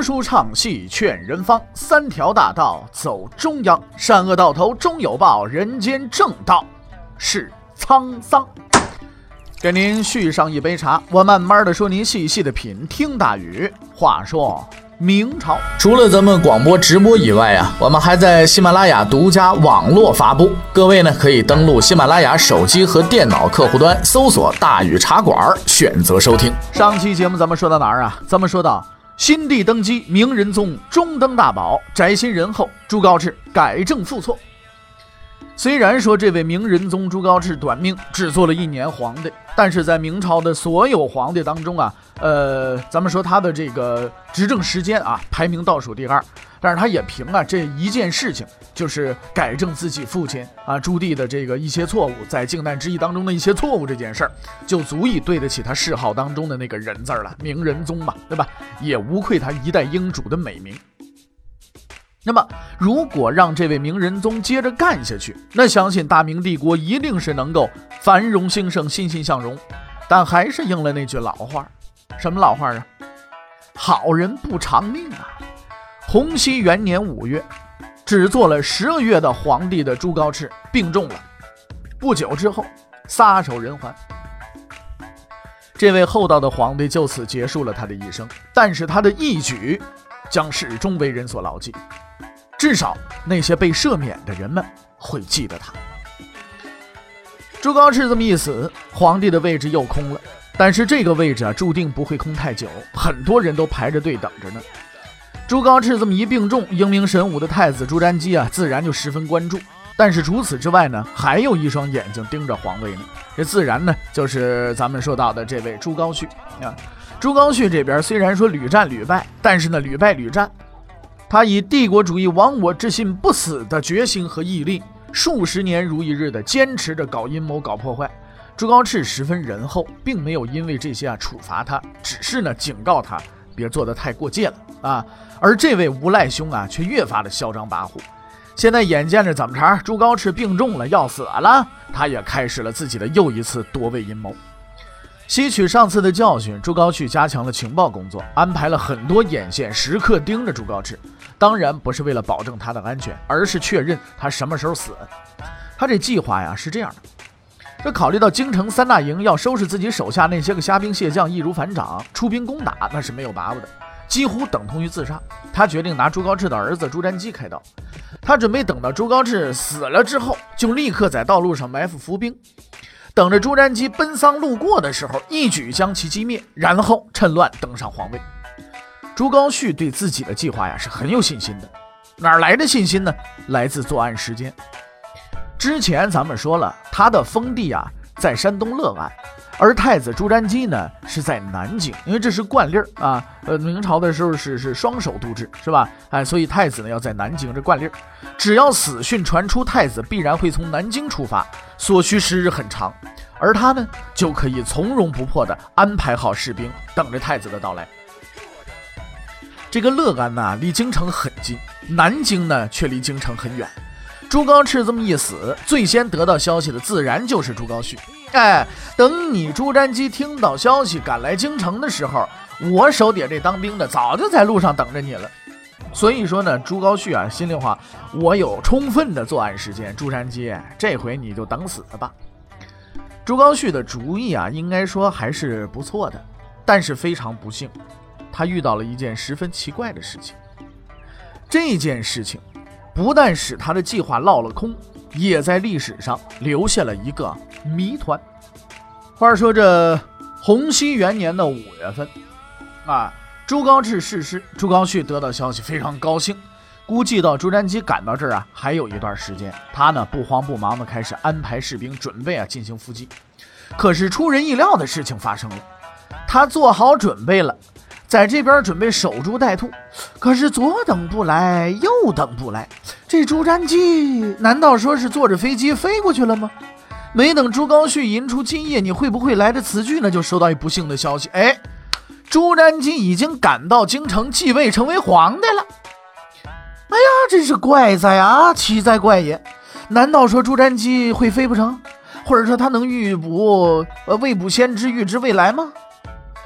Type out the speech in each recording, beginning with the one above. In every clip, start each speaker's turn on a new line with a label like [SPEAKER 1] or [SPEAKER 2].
[SPEAKER 1] 书唱戏劝人方，三条大道走中央，善恶到头终有报，人间正道是沧桑。给您续上一杯茶，我慢慢的说，您细细的品。听大禹。话说明朝，
[SPEAKER 2] 除了咱们广播直播以外啊，我们还在喜马拉雅独家网络发布。各位呢，可以登录喜马拉雅手机和电脑客户端，搜索大禹茶馆，选择收听。
[SPEAKER 1] 上期节目咱们说到哪儿啊？咱们说到新帝登基，明仁宗中登大宝，宅心仁厚，朱高炽改正复错。虽然说这位明仁宗朱高炽短命，只做了1年皇帝，但是在明朝的所有皇帝当中啊，咱们说他的这个执政时间啊，排名倒数第2。但是他也凭这一件事情，就是改正自己父亲啊朱棣的这个一些错误，在靖难之役当中的一些错误这件事儿，就足以对得起他谥号当中的那个人字了，明仁宗嘛，对吧？也无愧他一代英主的美名。那么如果让这位明仁宗接着干下去，那相信大明帝国一定是能够繁荣兴盛，欣欣向荣。但还是应了那句老话，什么老话啊？好人不长命啊！洪熙元年5月，只做了12月的皇帝的朱高炽病重了，不久之后撒手人寰。这位厚道的皇帝就此结束了他的一生，但是他的义举将始终为人所牢记，至少那些被赦免的人们会记得他。朱高炽这么一死，皇帝的位置又空了，但是这个位置注定不会空太久，很多人都排着队等着呢。朱高炽这么一病重，英明神武的太子朱瞻基自然就十分关注。但是除此之外呢，还有一双眼睛盯着皇位呢，这自然呢就是咱们说到的这位朱高煦啊。朱高煦这边虽然说屡战屡败，但是呢屡败屡战，他以帝国主义亡我之心不死的决心和毅力，数十年如一日的坚持着搞阴谋搞破坏。朱高炽十分仁厚，并没有因为这些处罚他，只是呢警告他别做得太过界了啊。而这位无赖兄却越发的嚣张跋扈。现在眼见着怎么着，朱高炽病重了，要死了，他也开始了自己的又一次夺位阴谋。吸取上次的教训，朱高煦加强了情报工作，安排了很多眼线时刻盯着朱高炽，当然不是为了保证他的安全，而是确认他什么时候死。他这计划是这样的，这考虑到京城3大营要收拾自己手下那些个虾兵蟹将易如反掌，出兵攻打那是没有把握的，几乎等同于自杀。他决定拿朱高炽的儿子朱瞻基开刀，他准备等到朱高炽死了之后，就立刻在道路上埋伏伏兵，等着朱瞻基奔丧路过的时候，一举将其击灭，然后趁乱登上皇位。朱高煦对自己的计划是很有信心的。哪来的信心呢？来自作案时间。之前咱们说了，他的封地在山东乐安，而太子朱瞻基呢是在南京，因为这是惯例啊。明朝的时候是双手督制，是吧？所以太子呢要在南京，这惯例。只要死讯传出，太子必然会从南京出发，所需时日很长，而他呢就可以从容不迫地安排好士兵，等着太子的到来。这个乐安离京城很近，南京呢却离京城很远。朱高炽这么一死，最先得到消息的自然就是朱高煦。等你朱瞻基听到消息赶来京城的时候，我手底下这当兵的早就在路上等着你了。所以说呢，朱高煦心里话，我有充分的作案时间，朱瞻基这回你就等死了吧。朱高煦的主意应该说还是不错的，但是非常不幸，他遇到了一件十分奇怪的事情。这件事情不但使他的计划落了空，也在历史上留下了一个谜团。话说这洪熙元年的5月份朱高炽逝世，朱高煦得到消息非常高兴，估计到朱瞻基赶到这儿还有一段时间，他呢不慌不忙的开始安排士兵准备进行伏击。可是出人意料的事情发生了，他做好准备了，在这边准备守株待兔，可是左等不来右等不来，这朱瞻基难道说是坐着飞机飞过去了吗？没等朱高煦吟出今夜你会不会来的词句呢，就收到一不幸的消息，朱瞻基已经赶到京城继位成为皇帝了。真是怪哉啊，奇哉怪也！难道说朱瞻基会飞不成？或者说他能预卜未卜先知，预知未来吗？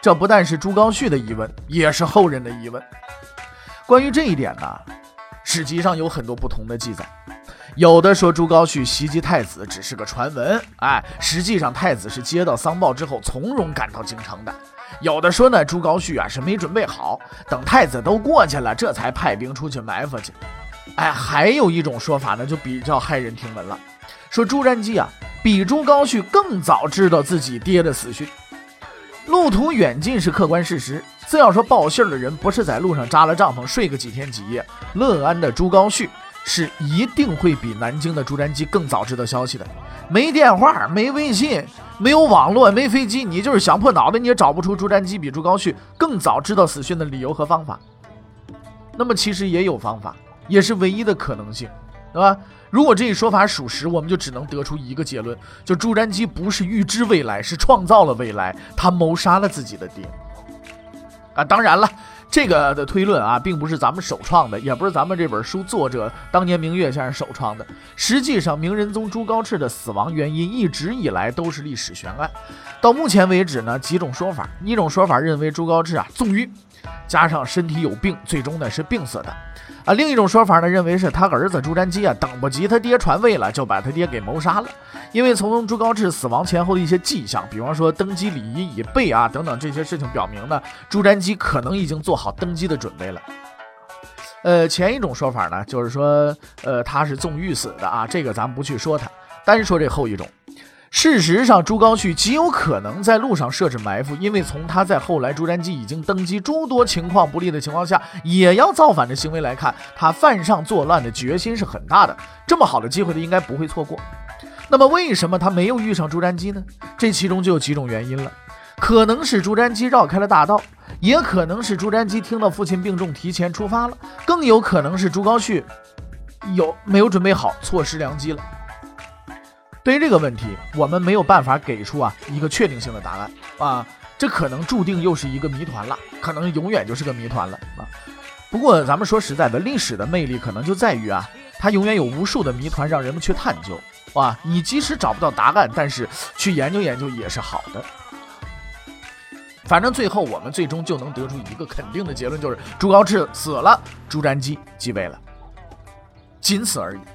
[SPEAKER 1] 这不但是朱高煦的疑问，也是后人的疑问。关于这一点呢，史籍上有很多不同的记载。有的说朱高煦袭击太子只是个传闻，实际上太子是接到丧报之后从容赶到京城的。有的说呢，朱高煦是没准备好，等太子都过去了，这才派兵出去埋伏去。还有一种说法呢，就比较骇人听闻了，说朱瞻基比朱高煦更早知道自己爹的死讯。路途远近是客观事实，自要说报信的人不是在路上扎了帐篷睡个几天几夜，乐安的朱高煦是一定会比南京的朱瞻基更早知道消息的。没电话，没微信，没有网络，没飞机，你就是想破脑袋你也找不出朱瞻基比朱高煦更早知道死讯的理由和方法。那么其实也有方法，也是唯一的可能性，对吧？如果这一说法属实，我们就只能得出一个结论，就朱瞻基不是预知未来，是创造了未来，他谋杀了自己的爹。当然了，这个的推论并不是咱们首创的，也不是咱们这本书作者当年明月先生首创的。实际上，明仁宗朱高炽的死亡原因一直以来都是历史悬案。到目前为止呢，几种说法。一种说法认为朱高炽纵欲，加上身体有病，最终呢是病死的。另一种说法呢，认为是他儿子朱瞻基等不及他爹传位了，就把他爹给谋杀了。因为从朱高炽死亡前后的一些迹象，比方说登基礼仪已备等等这些事情表明呢，朱瞻基可能已经做好登基的准备了。前一种说法呢，就是说他是纵欲死的这个咱们不去说他，单说这后一种。事实上，朱高煦极有可能在路上设置埋伏，因为从他在后来朱瞻基已经登基诸多情况不利的情况下，也要造反的行为来看，他犯上作乱的决心是很大的。这么好的机会，他应该不会错过。那么为什么他没有遇上朱瞻基呢？这其中就有几种原因了。可能是朱瞻基绕开了大道，也可能是朱瞻基听到父亲病重提前出发了，更有可能是朱高煦没有准备好，错失良机了。对于这个问题，我们没有办法给出一个确定性的答案这可能注定又是一个谜团了，可能永远就是个谜团了不过咱们说实在的，历史的魅力可能就在于它永远有无数的谜团让人们去探究你即使找不到答案，但是去研究研究也是好的。反正最后我们最终就能得出一个肯定的结论，就是朱高炽死了，朱瞻基继位了，仅此而已。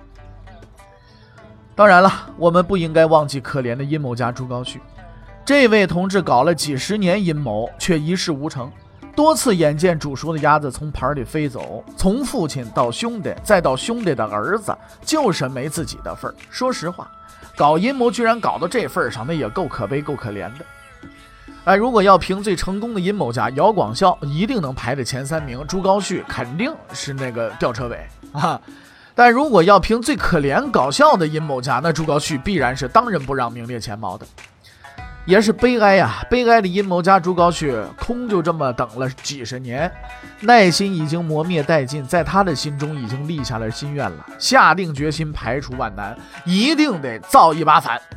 [SPEAKER 1] 当然了，我们不应该忘记可怜的阴谋家朱高煦。这位同志搞了几十年阴谋，却一事无成，多次眼见煮熟的鸭子从盘里飞走，从父亲到兄弟，再到兄弟的儿子，就是没自己的份儿。说实话，搞阴谋居然搞到这份上，那也够可悲够可怜的。如果要评最成功的阴谋家，姚广孝一定能排在前3名，朱高煦肯定是那个吊车尾但如果要评最可怜搞笑的阴谋家，那朱高煦必然是当仁不让名列前茅的。也是悲哀悲哀的阴谋家朱高煦空就这么等了几十年，耐心已经磨灭殆尽，在他的心中已经立下了心愿了，下定决心排除万难，一定得造一把反。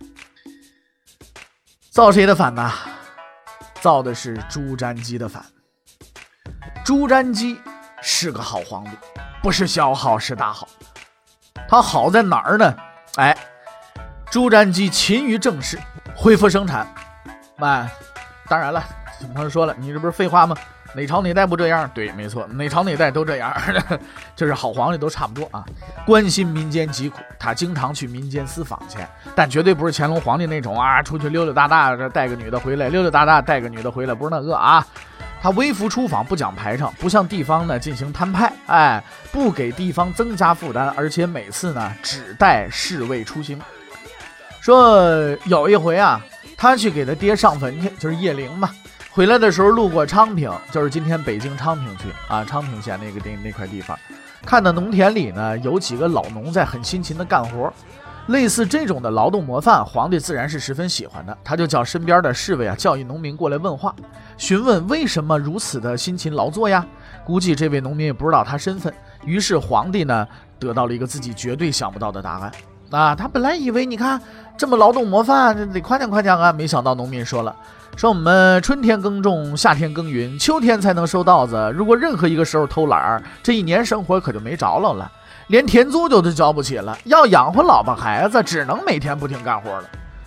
[SPEAKER 1] 造谁的反呢？造的是朱瞻基的反。朱瞻基是个好皇帝，不是小好是大好。他好在哪儿呢？朱瞻基勤于政事，恢复生产。当然了，有朋友说了，你这不是废话吗？哪朝哪代不这样？对，没错，哪朝哪代都这样，就是好皇帝都差不多关心民间疾苦，他经常去民间私访去，但绝对不是乾隆皇帝那种出去溜溜达达带个女的回来，溜溜达达带个女的回来，不是那个他微服出访，不讲排场，不向地方呢进行摊派，不给地方增加负担，而且每次呢只带侍卫出行。说有一回他去给他爹上坟去，就是叶灵嘛。回来的时候路过昌平，就是今天北京昌平区昌平县那块地方，看到农田里呢有几个老农在很辛勤的干活。类似这种的劳动模范，皇帝自然是十分喜欢的，他就叫身边的侍卫教育农民过来问话，询问为什么如此的辛勤劳作呀。估计这位农民也不知道他身份，于是皇帝呢得到了一个自己绝对想不到的答案他本来以为你看这么劳动模范得夸奖夸奖没想到农民说了，说我们春天耕种，夏天耕耘，秋天才能收稻子，如果任何一个时候偷懒，这一年生活可就没着落了，连田租都交不起了，要养活老婆孩子只能每天不停干活了。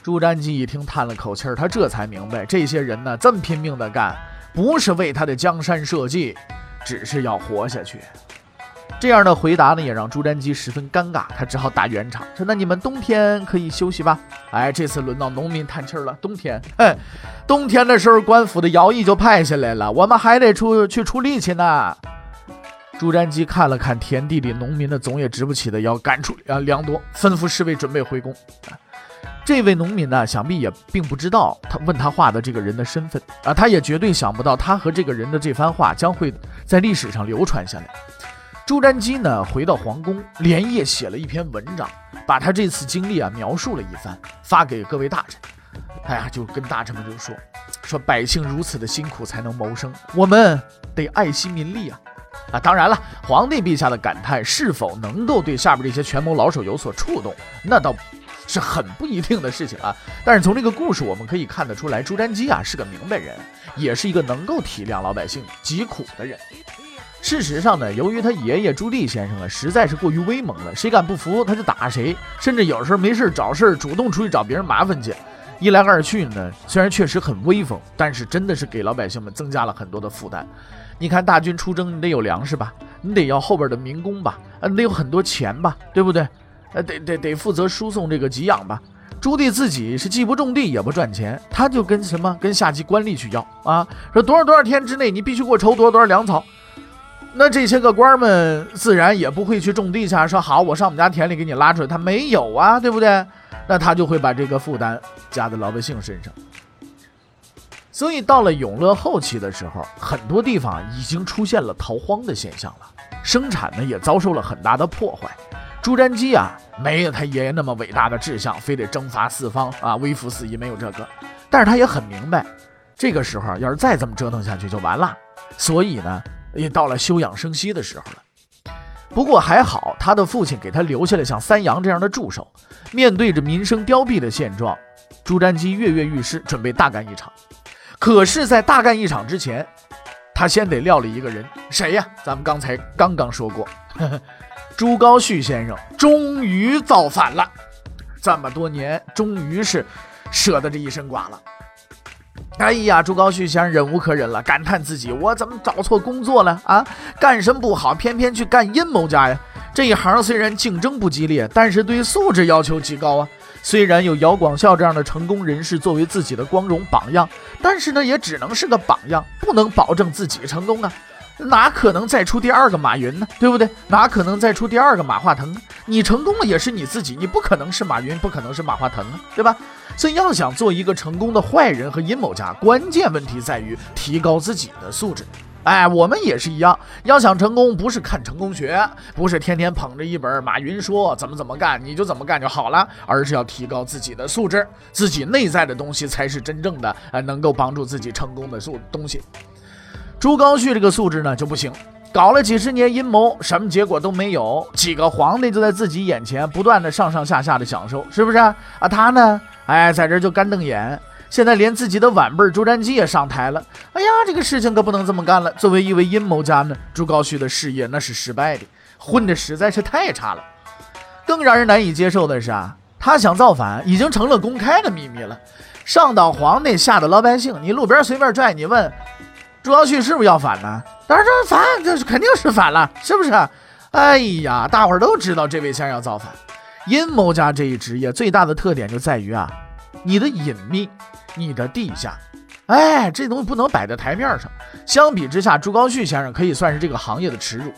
[SPEAKER 1] 朱瞻基一听叹了口气儿，他这才明白这些人呢这么拼命的干，不是为他的江山社稷，只是要活下去。这样的回答呢，也让朱瞻基十分尴尬，他只好打圆场，说：“那你们冬天可以休息吧。”哎，这次轮到农民叹气了，冬天的时候，官府的徭役就派下来了，我们还得去出力气呢。朱瞻基看了看田地里农民的总也直不起的腰，赶出粮多，吩咐侍卫准备回宫。这位农民呢，想必也并不知道他问他话的这个人的身份啊，他也绝对想不到他和这个人的这番话将会在历史上流传下来。朱瞻基呢，回到皇宫，连夜写了一篇文章，把他这次经历描述了一番，发给各位大臣。就跟大臣们就说百姓如此的辛苦才能谋生，我们得爱惜民力啊！当然了，皇帝陛下的感叹是否能够对下边这些权谋老手有所触动，那倒是很不一定的事情啊。但是从这个故事我们可以看得出来，朱瞻基是个明白人，也是一个能够体谅老百姓疾苦的人。事实上呢，由于他爷爷朱棣先生实在是过于威猛了，谁敢不服他就打谁，甚至有时候没事找事主动出去找别人麻烦去。一来二去呢，虽然确实很威风，但是真的是给老百姓们增加了很多的负担。你看大军出征，你得有粮食吧，你得要后边的民工吧，你得有很多钱吧，对不对？得负责输送这个给养吧。朱棣自己是既不种地也不赚钱，他就跟下级官吏去要说多少天之内你必须给我筹多少粮草。那这些个官们自然也不会去种地下说好我上我们家田里给你拉出来，他没有啊，对不对？那他就会把这个负担加在老百姓身上。所以到了永乐后期的时候，很多地方已经出现了逃荒的现象了，生产呢也遭受了很大的破坏。朱瞻基没有他爷爷那么伟大的志向，非得征伐四方微服四夷，没有这个。但是他也很明白，这个时候要是再这么折腾下去就完了，所以呢也到了休养生息的时候了。不过还好，他的父亲给他留下了像三阳这样的助手。面对着民生凋敝的现状，朱瞻基跃跃欲试，准备大干一场。可是在大干一场之前，他先得料理一个人，谁呀？咱们刚刚说过，朱高煦先生终于造反了，这么多年终于是舍得这一身剐了。哎呀，朱高煦先生忍无可忍了，感叹自己我怎么找错工作了干什么不好，偏偏去干阴谋家呀。这一行虽然竞争不激烈，但是对素质要求极高虽然有姚广孝这样的成功人士作为自己的光荣榜样，但是呢也只能是个榜样，不能保证自己成功哪可能再出第二个马云呢？对不对？哪可能再出第二个马化腾呢？你成功了也是你自己，你不可能是马云，不可能是马化腾对吧？所以要想做一个成功的坏人和阴谋家，关键问题在于提高自己的素质。我们也是一样，要想成功，不是看成功学，不是天天捧着一本马云说怎么干你就怎么干就好了，而是要提高自己的素质，自己内在的东西才是真正的能够帮助自己成功的东西。朱高煦这个素质呢就不行，搞了几十年阴谋，什么结果都没有，几个皇帝就在自己眼前不断的上下的享受，是不是他呢在这就干瞪眼。现在连自己的晚辈朱瞻基也上台了，这个事情可不能这么干了。作为一位阴谋家呢，朱高煦的事业那是失败的，混得实在是太差了。更让人难以接受的是他想造反已经成了公开的秘密了，上到皇帝，下的老百姓，你路边随便拽，你问朱高煦是不是要反呢？当然这反，这肯定是反了，是不是？大伙儿都知道这位先生要造反。阴谋家这一职业最大的特点就在于你的隐秘，你的地下，这东西不能摆在台面上。相比之下，朱高煦先生可以算是这个行业的耻辱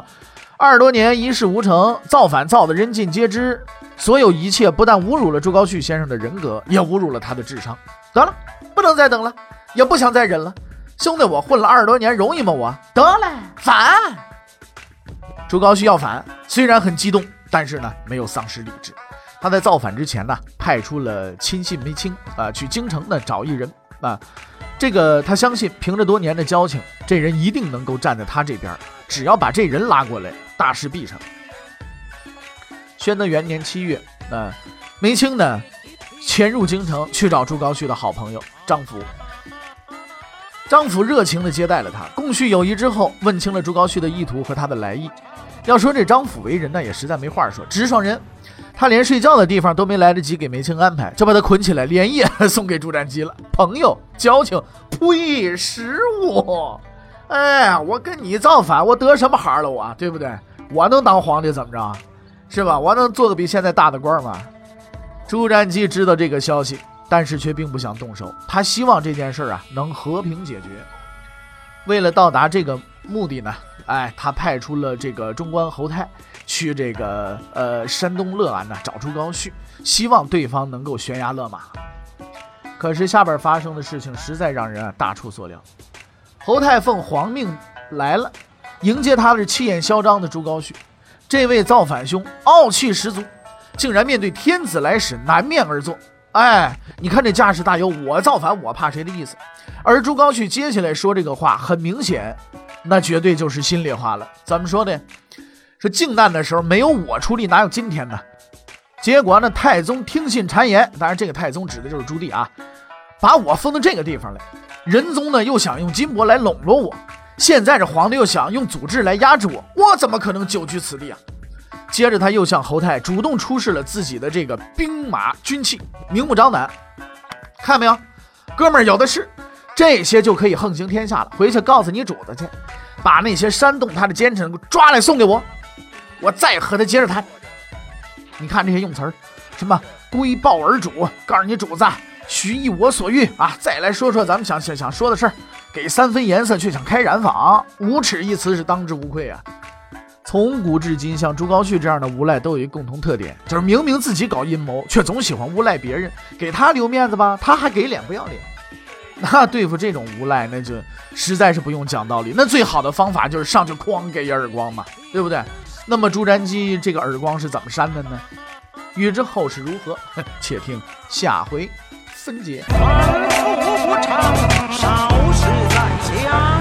[SPEAKER 1] 20多年一事无成，造反造得人尽皆知，所有一切不但侮辱了朱高煦先生的人格，也侮辱了他的智商。得了，不能再等了，也不想再忍了。兄弟，我混了20多年，容易吗我？得了，反！朱高煦要反，虽然很激动，但是呢，没有丧失理智。他在造反之前呢，派出了亲信梅清去京城呢找一人这个他相信凭着多年的交情，这人一定能够站在他这边，只要把这人拉过来，大事必成。宣德元年7月梅清呢潜入京城去找朱高煦的好朋友张福。张辅热情地接待了他，共叙友谊之后，问清了朱高煦的意图和他的来意。 要说这张府为人呢，也实在没话说，直爽人。他连睡觉的地方都没来得及给梅青安排，就把他捆起来，连夜送给朱瞻基了。朋友交情，呸，食物。哎，我跟你造反，我得什么好了我，对不对？我能当皇帝怎么着？是吧？我能做个比现在大的官吗？朱瞻基知道这个消息，但是却并不想动手，他希望这件事啊能和平解决。为了到达这个目的呢，他派出了这个中官侯泰去这个山东乐安呢找朱高煦，希望对方能够悬崖勒马。可是下边发生的事情实在让人大出所料。侯泰奉皇命来了，迎接他是气焰嚣张的朱高煦。这位造反兄傲气十足，竟然面对天子来使南面而坐。你看这架势大有我造反我怕谁的意思。而朱高煦接下来说这个话，很明显那绝对就是心里话了。怎么说的？说靖难的时候没有我出力，哪有今天呢？结果呢，太宗听信谗言，当然这个太宗指的就是朱棣啊，把我封到这个地方来。仁宗呢又想用金帛来笼络我，现在这皇帝又想用祖制来压制我，我怎么可能久居此地啊？接着他又向侯泰主动出示了自己的这个兵马军器，明目张胆。看没有，哥们儿有的是，这些就可以横行天下了。回去告诉你主子去，把那些煽动他的奸臣抓来送给我，我再和他接着谈。你看这些用词儿，什么归报而主，告诉你主子许以我所欲啊！再来说说咱们想说的事儿，给3分颜色却想开染坊，无耻一词是当之无愧啊！从古至今，像朱高煦这样的无赖都有一个共同特点，就是明明自己搞阴谋，却总喜欢诬赖别人，给他留面子吧，他还给脸不要脸。那对付这种无赖，那就实在是不用讲道理，那最好的方法就是上去哐给一耳光嘛，对不对？那么朱瞻基这个耳光是怎么扇的呢？欲知后事如何，且听下回分解。不长，少时在家。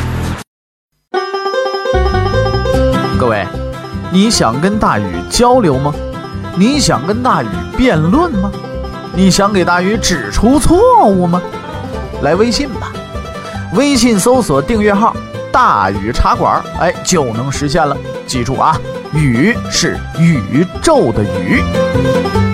[SPEAKER 1] 各位，你想跟大禹交流吗？你想跟大禹辩论吗？你想给大禹指出错误吗？来微信吧，微信搜索订阅号大禹茶馆，就能实现了。记住啊，禹是宇宙的宇。